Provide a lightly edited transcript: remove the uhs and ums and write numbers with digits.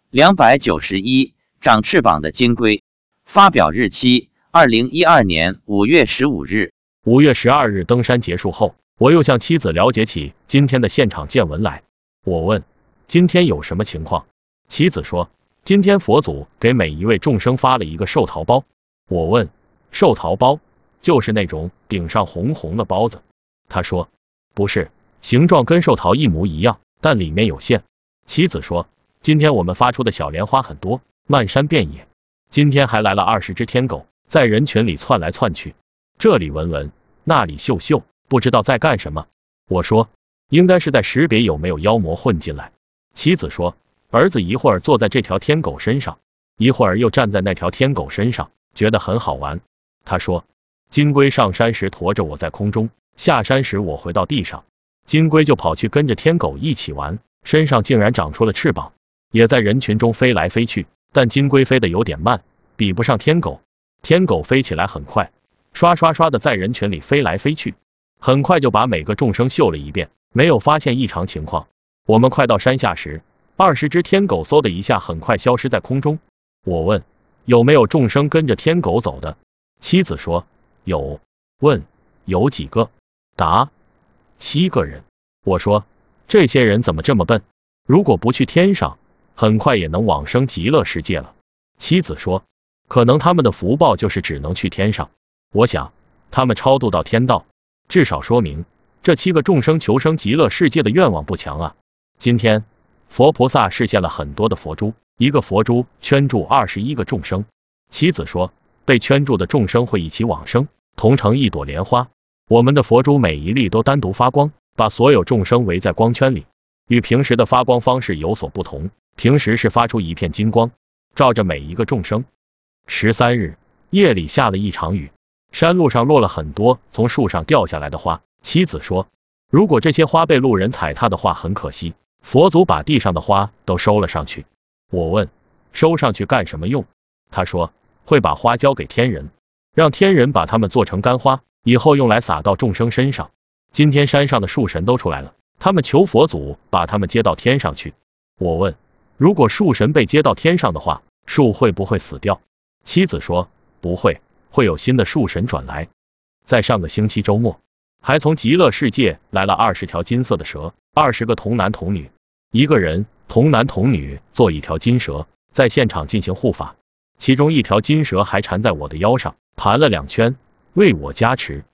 291长翅膀的金龟。发表日期2012年5月15日。 5月12日登山结束后，我又向妻子了解起今天的现场见闻来。我问，今天有什么情况？妻子说，今天佛祖给每一位众生发了一个寿桃包。我问，寿桃包就是那种顶上红红的包子？他说，不是，形状跟寿桃一模一样，但里面有馅。妻子说，今天我们发出的小莲花很多，漫山遍野。今天还来了20只天狗，在人群里窜来窜去，这里闻闻，那里嗅嗅，不知道在干什么。我说，应该是在识别有没有妖魔混进来。妻子说，儿子一会儿坐在这条天狗身上，一会儿又站在那条天狗身上，觉得很好玩。他说，金龟上山时驮着我在空中，下山时我回到地上，金龟就跑去跟着天狗一起玩，身上竟然长出了翅膀，也在人群中飞来飞去。但金龟飞得有点慢，比不上天狗。天狗飞起来很快，刷刷刷的在人群里飞来飞去，很快就把每个众生嗅了一遍，没有发现异常情况。我们快到山下时，20只天狗嗖的一下很快消失在空中。我问，有没有众生跟着天狗走的？妻子说，有。问，有几个？答，7个人。我说，这些人怎么这么笨？如果不去天上，很快也能往生极乐世界了。妻子说，可能他们的福报就是只能去天上。我想，他们超度到天道，至少说明这7个众生求生极乐世界的愿望不强啊。今天，佛菩萨示现了很多的佛珠，一个佛珠圈住21个众生。妻子说，被圈住的众生会一起往生，同成一朵莲花。我们的佛珠每一粒都单独发光，把所有众生围在光圈里，与平时的发光方式有所不同。平时是发出一片金光，照着每一个众生。13日夜里下了一场雨，山路上落了很多从树上掉下来的花。妻子说，如果这些花被路人踩踏的话很可惜，佛祖把地上的花都收了上去。我问，收上去干什么用？他说，会把花交给天人，让天人把它们做成干花，以后用来撒到众生身上。今天山上的树神都出来了，他们求佛祖把它们接到天上去。我问，如果树神被接到天上的话，树会不会死掉？妻子说，不会，会有新的树神转来。在上个星期周末，还从极乐世界来了20条金色的蛇，20个童男童女，一个人童男童女做一条金蛇，在现场进行护法。其中一条金蛇还缠在我的腰上，盘了2圈，为我加持。